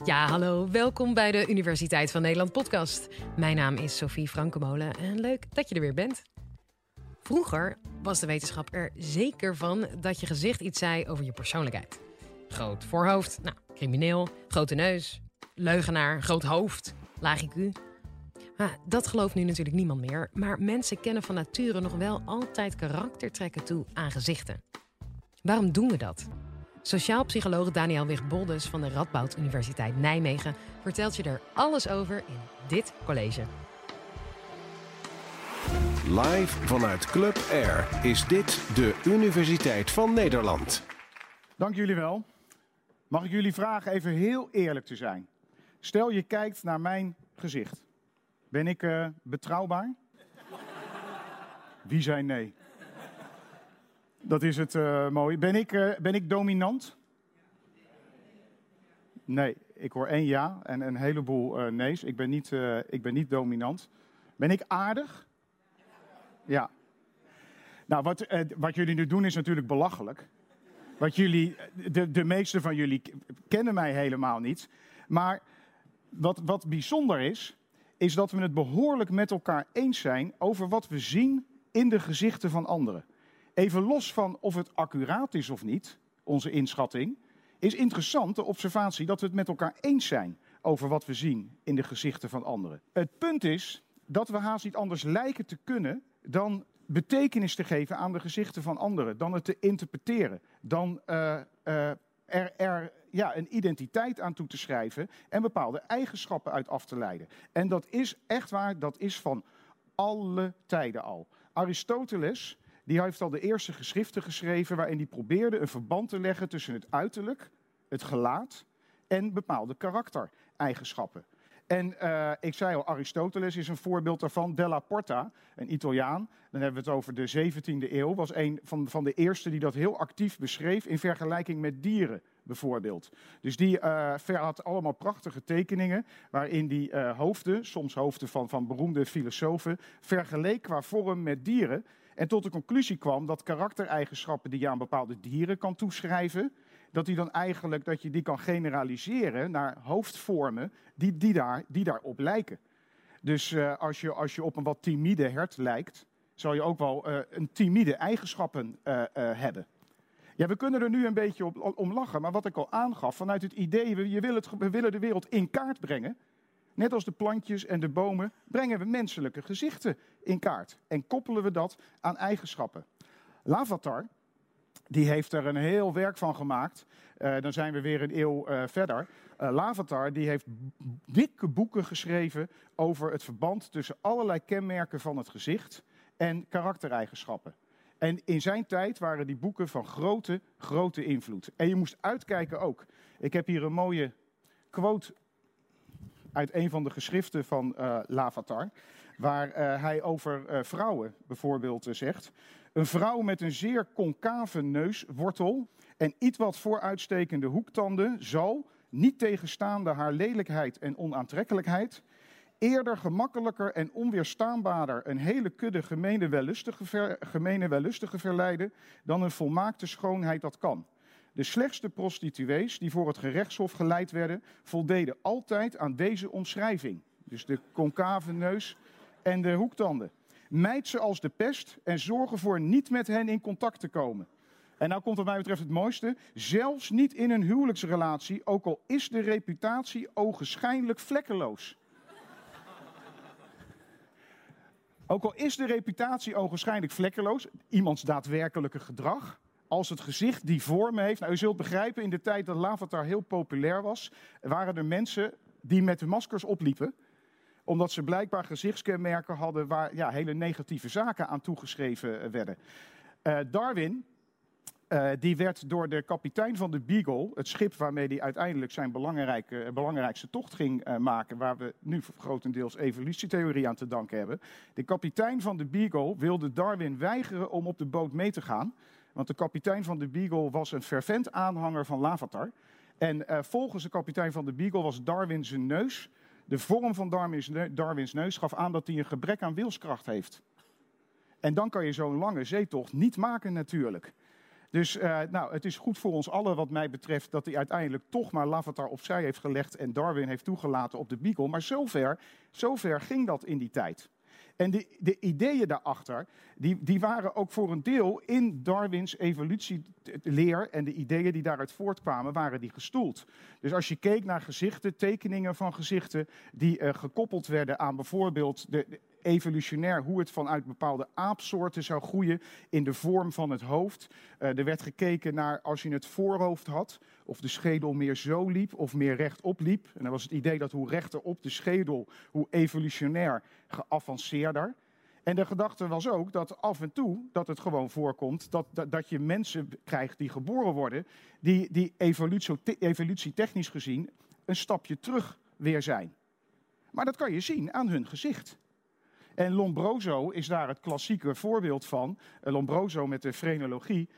Ja, hallo. Welkom bij de Universiteit van Nederland podcast. Mijn naam is Sophie Frankemolen en leuk dat je er weer bent. Vroeger was de wetenschap er zeker van dat je gezicht iets zei over je persoonlijkheid. Groot voorhoofd, crimineel, grote neus, leugenaar, groot hoofd, laag IQ. Dat gelooft nu natuurlijk niemand meer, maar mensen kennen van nature nog wel altijd karaktertrekken toe aan gezichten. Waarom doen we dat? Sociaal psycholoog Daniel Wigboldus van de Radboud Universiteit Nijmegen vertelt je er alles over in dit college. Live vanuit Club Air is dit de Universiteit van Nederland. Dank jullie wel. Mag ik jullie vragen even heel eerlijk te zijn? Stel je kijkt naar mijn gezicht. Ben ik betrouwbaar? Wie zei nee? Dat is het mooie. Ben ik dominant? Nee, ik hoor 1 ja en een heleboel nee's. Ik ben niet dominant. Ben ik aardig? Ja. Nou, wat jullie nu doen is natuurlijk belachelijk. De meeste van jullie kennen mij helemaal niet. Maar wat bijzonder is dat we het behoorlijk met elkaar eens zijn over wat we zien in de gezichten van anderen. Even los van of het accuraat is of niet, onze inschatting, is interessant de observatie dat we het met elkaar eens zijn over wat we zien in de gezichten van anderen. Het punt is dat we haast niet anders lijken te kunnen dan betekenis te geven aan de gezichten van anderen, dan het te interpreteren, dan een identiteit aan toe te schrijven en bepaalde eigenschappen uit af te leiden. En dat is echt waar, dat is van alle tijden al. Aristoteles, die heeft al de eerste geschriften geschreven waarin hij probeerde een verband te leggen tussen het uiterlijk, het gelaat en bepaalde karaktereigenschappen. En ik zei al, Aristoteles is een voorbeeld daarvan. Della Porta, een Italiaan, dan hebben we het over de 17e eeuw, was een van de eerste die dat heel actief beschreef in vergelijking met dieren bijvoorbeeld. Dus die had allemaal prachtige tekeningen waarin die hoofden, soms hoofden van beroemde filosofen, vergeleek qua vorm met dieren. En tot de conclusie kwam dat karaktereigenschappen die je aan bepaalde dieren kan toeschrijven, dat je die kan generaliseren naar hoofdvormen die daarop lijken. Dus als je op een wat timide hert lijkt, zal je ook wel een timide eigenschappen hebben. Ja, we kunnen er nu een beetje om lachen, maar wat ik al aangaf, vanuit het idee, we willen de wereld in kaart brengen. Net als de plantjes en de bomen brengen we menselijke gezichten in kaart. En koppelen we dat aan eigenschappen. Lavater, die heeft er een heel werk van gemaakt. Dan zijn we weer een eeuw verder. Lavater, die heeft dikke boeken geschreven over het verband tussen allerlei kenmerken van het gezicht en karaktereigenschappen. En in zijn tijd waren die boeken van grote invloed. En je moest uitkijken ook. Ik heb hier een mooie quote uit een van de geschriften van Lavater, waar hij over vrouwen bijvoorbeeld zegt: een vrouw met een zeer concave neuswortel en iets wat vooruitstekende hoektanden zal, niet tegenstaande haar lelijkheid en onaantrekkelijkheid, eerder gemakkelijker en onweerstaanbaarder een hele kudde gemene wellustige verleiden dan een volmaakte schoonheid dat kan. De slechtste prostituees die voor het gerechtshof geleid werden, voldeden altijd aan deze omschrijving. Dus de concave neus en de hoektanden. Mijd ze als de pest en zorg ervoor niet met hen in contact te komen. En nou komt wat mij betreft het mooiste. Zelfs niet in een huwelijksrelatie, ook al is de reputatie ogenschijnlijk vlekkeloos. Ook al is de reputatie ogenschijnlijk vlekkeloos, iemands daadwerkelijke gedrag, als het gezicht die vorm heeft. Nou, u zult begrijpen, in de tijd dat Lavater heel populair was, waren er mensen die met de maskers opliepen, omdat ze blijkbaar gezichtskenmerken hadden waar hele negatieve zaken aan toegeschreven werden. Darwin, die werd door de kapitein van de Beagle, het schip waarmee hij uiteindelijk zijn belangrijkste tocht ging maken, waar we nu grotendeels evolutietheorie aan te danken hebben. De kapitein van de Beagle wilde Darwin weigeren om op de boot mee te gaan, want de kapitein van de Beagle was een fervent aanhanger van Lavater. En volgens de kapitein van de Beagle was Darwin zijn neus, de vorm van Darwins neus gaf aan dat hij een gebrek aan wilskracht heeft. En dan kan je zo'n lange zeetocht niet maken natuurlijk. Dus het is goed voor ons allen wat mij betreft dat hij uiteindelijk toch maar Lavater opzij heeft gelegd en Darwin heeft toegelaten op de Beagle. Maar zover ging dat in die tijd. En de ideeën daarachter, die waren ook voor een deel in Darwins evolutieleer en de ideeën die daaruit voortkwamen, waren die gestoeld. Dus als je keek naar gezichten, tekeningen van gezichten die gekoppeld werden aan bijvoorbeeld de evolutionair, hoe het vanuit bepaalde aapsoorten zou groeien in de vorm van het hoofd. Er werd gekeken naar als je het voorhoofd had, of de schedel meer zo liep of meer rechtop liep. En dan was het idee dat hoe rechter op de schedel, hoe evolutionair geavanceerder. En de gedachte was ook dat af en toe dat het gewoon voorkomt dat je mensen krijgt die geboren worden, die evolutietechnisch gezien een stapje terug weer zijn. Maar dat kan je zien aan hun gezicht. En Lombroso is daar het klassieke voorbeeld van. Lombroso met de frenologie,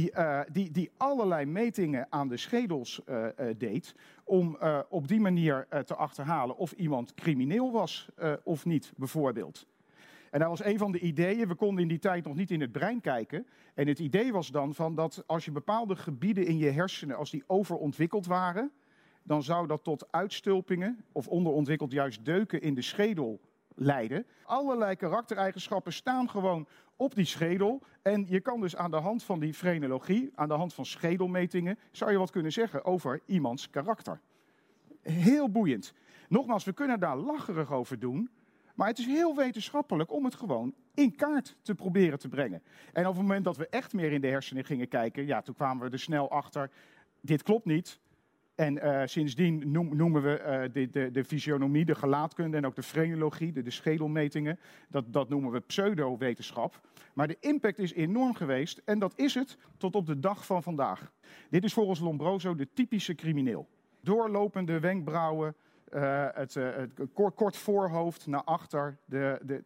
die allerlei metingen aan de schedels deed om op die manier te achterhalen of iemand crimineel was of niet, bijvoorbeeld. En dat was een van de ideeën. We konden in die tijd nog niet in het brein kijken. En het idee was dan van dat als je bepaalde gebieden in je hersenen, als die overontwikkeld waren, dan zou dat tot uitstulpingen of onderontwikkeld juist deuken in de schedel leiden. Allerlei karaktereigenschappen staan gewoon op die schedel. En je kan dus aan de hand van die frenologie, aan de hand van schedelmetingen, zou je wat kunnen zeggen over iemands karakter. Heel boeiend. Nogmaals, we kunnen daar lacherig over doen, maar het is heel wetenschappelijk om het gewoon in kaart te proberen te brengen. En op het moment dat we echt meer in de hersenen gingen kijken, ja, toen kwamen we er snel achter, dit klopt niet. En sindsdien noemen we de fysionomie, de gelaatkunde en ook de frenologie, de schedelmetingen, dat noemen we pseudowetenschap. Maar de impact is enorm geweest en dat is het tot op de dag van vandaag. Dit is volgens Lombroso de typische crimineel. Doorlopende wenkbrauwen, het kort voorhoofd naar achter, de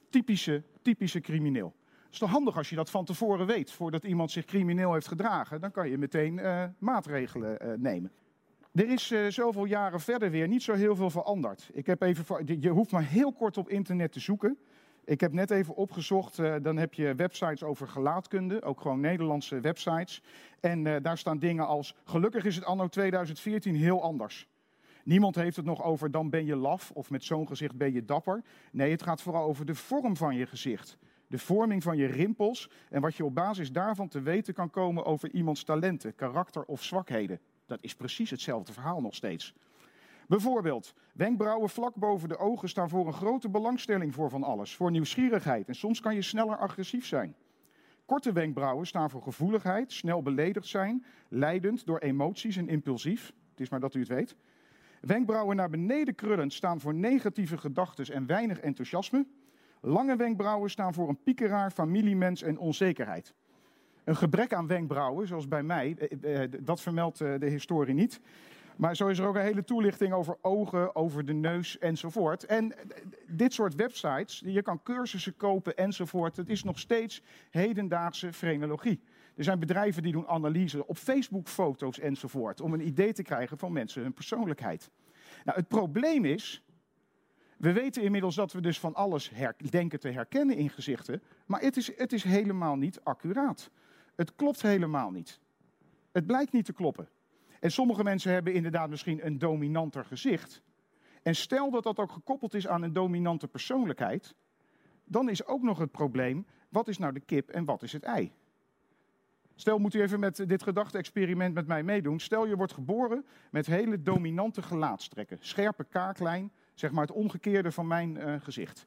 typische crimineel. Het is toch handig als je dat van tevoren weet, voordat iemand zich crimineel heeft gedragen, dan kan je meteen maatregelen nemen. Er is zoveel jaren verder weer niet zo heel veel veranderd. Je hoeft maar heel kort op internet te zoeken. Ik heb net even opgezocht, dan heb je websites over gelaatkunde, ook gewoon Nederlandse websites. En daar staan dingen als, gelukkig is het anno 2014 heel anders. Niemand heeft het nog over, dan ben je laf of met zo'n gezicht ben je dapper. Nee, het gaat vooral over de vorm van je gezicht. De vorming van je rimpels en wat je op basis daarvan te weten kan komen over iemands talenten, karakter of zwakheden. Dat is precies hetzelfde verhaal nog steeds. Bijvoorbeeld, wenkbrauwen vlak boven de ogen staan voor een grote belangstelling voor van alles. Voor nieuwsgierigheid en soms kan je sneller agressief zijn. Korte wenkbrauwen staan voor gevoeligheid, snel beledigd zijn, leidend door emoties en impulsief. Het is maar dat u het weet. Wenkbrauwen naar beneden krullend staan voor negatieve gedachten en weinig enthousiasme. Lange wenkbrauwen staan voor een piekeraar, familiemens en onzekerheid. Een gebrek aan wenkbrauwen, zoals bij mij, dat vermeldt de historie niet. Maar zo is er ook een hele toelichting over ogen, over de neus enzovoort. En dit soort websites, je kan cursussen kopen enzovoort. Het is nog steeds hedendaagse frenologie. Er zijn bedrijven die doen analyse op Facebook-foto's enzovoort, om een idee te krijgen van mensen hun persoonlijkheid. Nou, het probleem is, we weten inmiddels dat we dus van alles denken te herkennen in gezichten, maar het is helemaal niet accuraat. Het klopt helemaal niet. Het blijkt niet te kloppen. En sommige mensen hebben inderdaad misschien een dominanter gezicht. En stel dat dat ook gekoppeld is aan een dominante persoonlijkheid, dan is ook nog het probleem, wat is nou de kip en wat is het ei? Stel, moet u even met dit gedachte-experiment met mij meedoen. Stel, je wordt geboren met hele dominante gelaatstrekken. Scherpe kaaklijn, zeg maar het omgekeerde van mijn gezicht.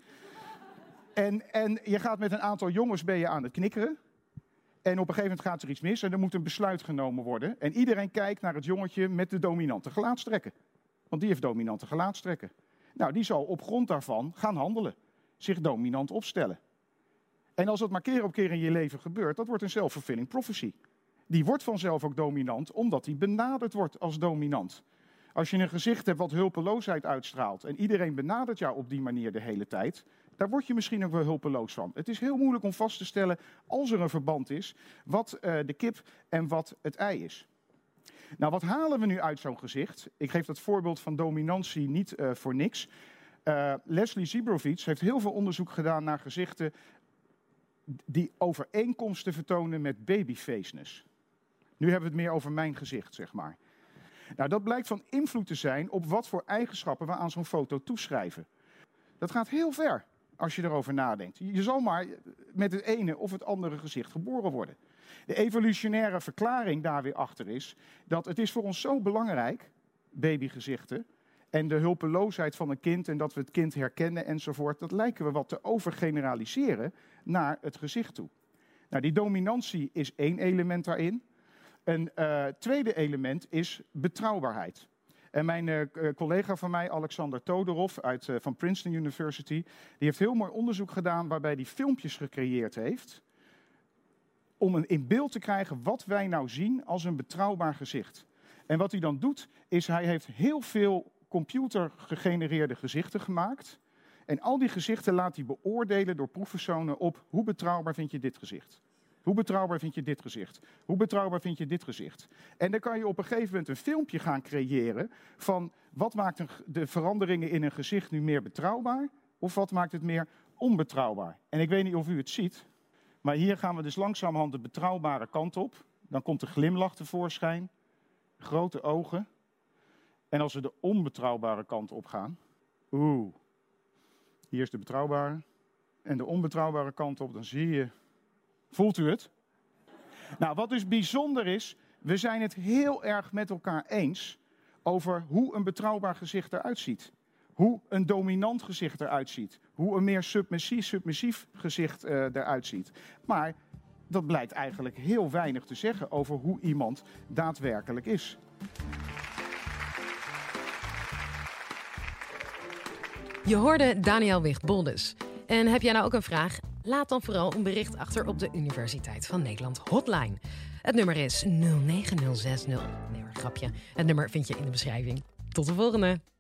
En je gaat met een aantal jongens ben je aan het knikkeren. En op een gegeven moment gaat er iets mis en er moet een besluit genomen worden. En iedereen kijkt naar het jongetje met de dominante gelaatstrekken. Want die heeft dominante gelaatstrekken. Nou, die zal op grond daarvan gaan handelen. Zich dominant opstellen. En als dat maar keer op keer in je leven gebeurt, dat wordt een self-fulfilling prophecy. Die wordt vanzelf ook dominant, omdat die benaderd wordt als dominant. Als je een gezicht hebt wat hulpeloosheid uitstraalt en iedereen benadert jou op die manier de hele tijd, daar word je misschien ook wel hulpeloos van. Het is heel moeilijk om vast te stellen, als er een verband is, wat de kip en wat het ei is. Nou, wat halen we nu uit zo'n gezicht? Ik geef dat voorbeeld van dominantie niet voor niks. Leslie Ziebrovits heeft heel veel onderzoek gedaan naar gezichten die overeenkomsten vertonen met babyfaceness. Nu hebben we het meer over mijn gezicht, zeg maar. Nou, dat blijkt van invloed te zijn op wat voor eigenschappen we aan zo'n foto toeschrijven. Dat gaat heel ver als je erover nadenkt. Je zal maar met het ene of het andere gezicht geboren worden. De evolutionaire verklaring daar weer achter is dat het is voor ons zo belangrijk, babygezichten, en de hulpeloosheid van een kind en dat we het kind herkennen enzovoort, dat lijken we wat te overgeneraliseren naar het gezicht toe. Nou, die dominantie is één element daarin. Een tweede element is betrouwbaarheid. En mijn collega van mij, Alexander Todorov van Princeton University, die heeft heel mooi onderzoek gedaan waarbij hij filmpjes gecreëerd heeft om in beeld te krijgen wat wij nou zien als een betrouwbaar gezicht. En wat hij dan doet, is hij heeft heel veel computergegenereerde gezichten gemaakt. En al die gezichten laat hij beoordelen door proefpersonen op hoe betrouwbaar vind je dit gezicht. Hoe betrouwbaar vind je dit gezicht? Hoe betrouwbaar vind je dit gezicht? En dan kan je op een gegeven moment een filmpje gaan creëren van wat maakt de veranderingen in een gezicht nu meer betrouwbaar of wat maakt het meer onbetrouwbaar. En ik weet niet of u het ziet, maar hier gaan we dus langzamerhand de betrouwbare kant op. Dan komt de glimlach tevoorschijn, grote ogen. En als we de onbetrouwbare kant op gaan, hier is de betrouwbare en de onbetrouwbare kant op, dan zie je. Voelt u het? Nou, wat dus bijzonder is, we zijn het heel erg met elkaar eens over hoe een betrouwbaar gezicht eruit ziet. Hoe een dominant gezicht eruit ziet. Hoe een meer submissief gezicht eruit ziet. Maar dat blijkt eigenlijk heel weinig te zeggen over hoe iemand daadwerkelijk is. Je hoorde Daniel Wicht-Boldes. En heb jij nou ook een vraag? Laat dan vooral een bericht achter op de Universiteit van Nederland hotline. Het nummer is 09060. Nee hoor, grapje. Het nummer vind je in de beschrijving. Tot de volgende!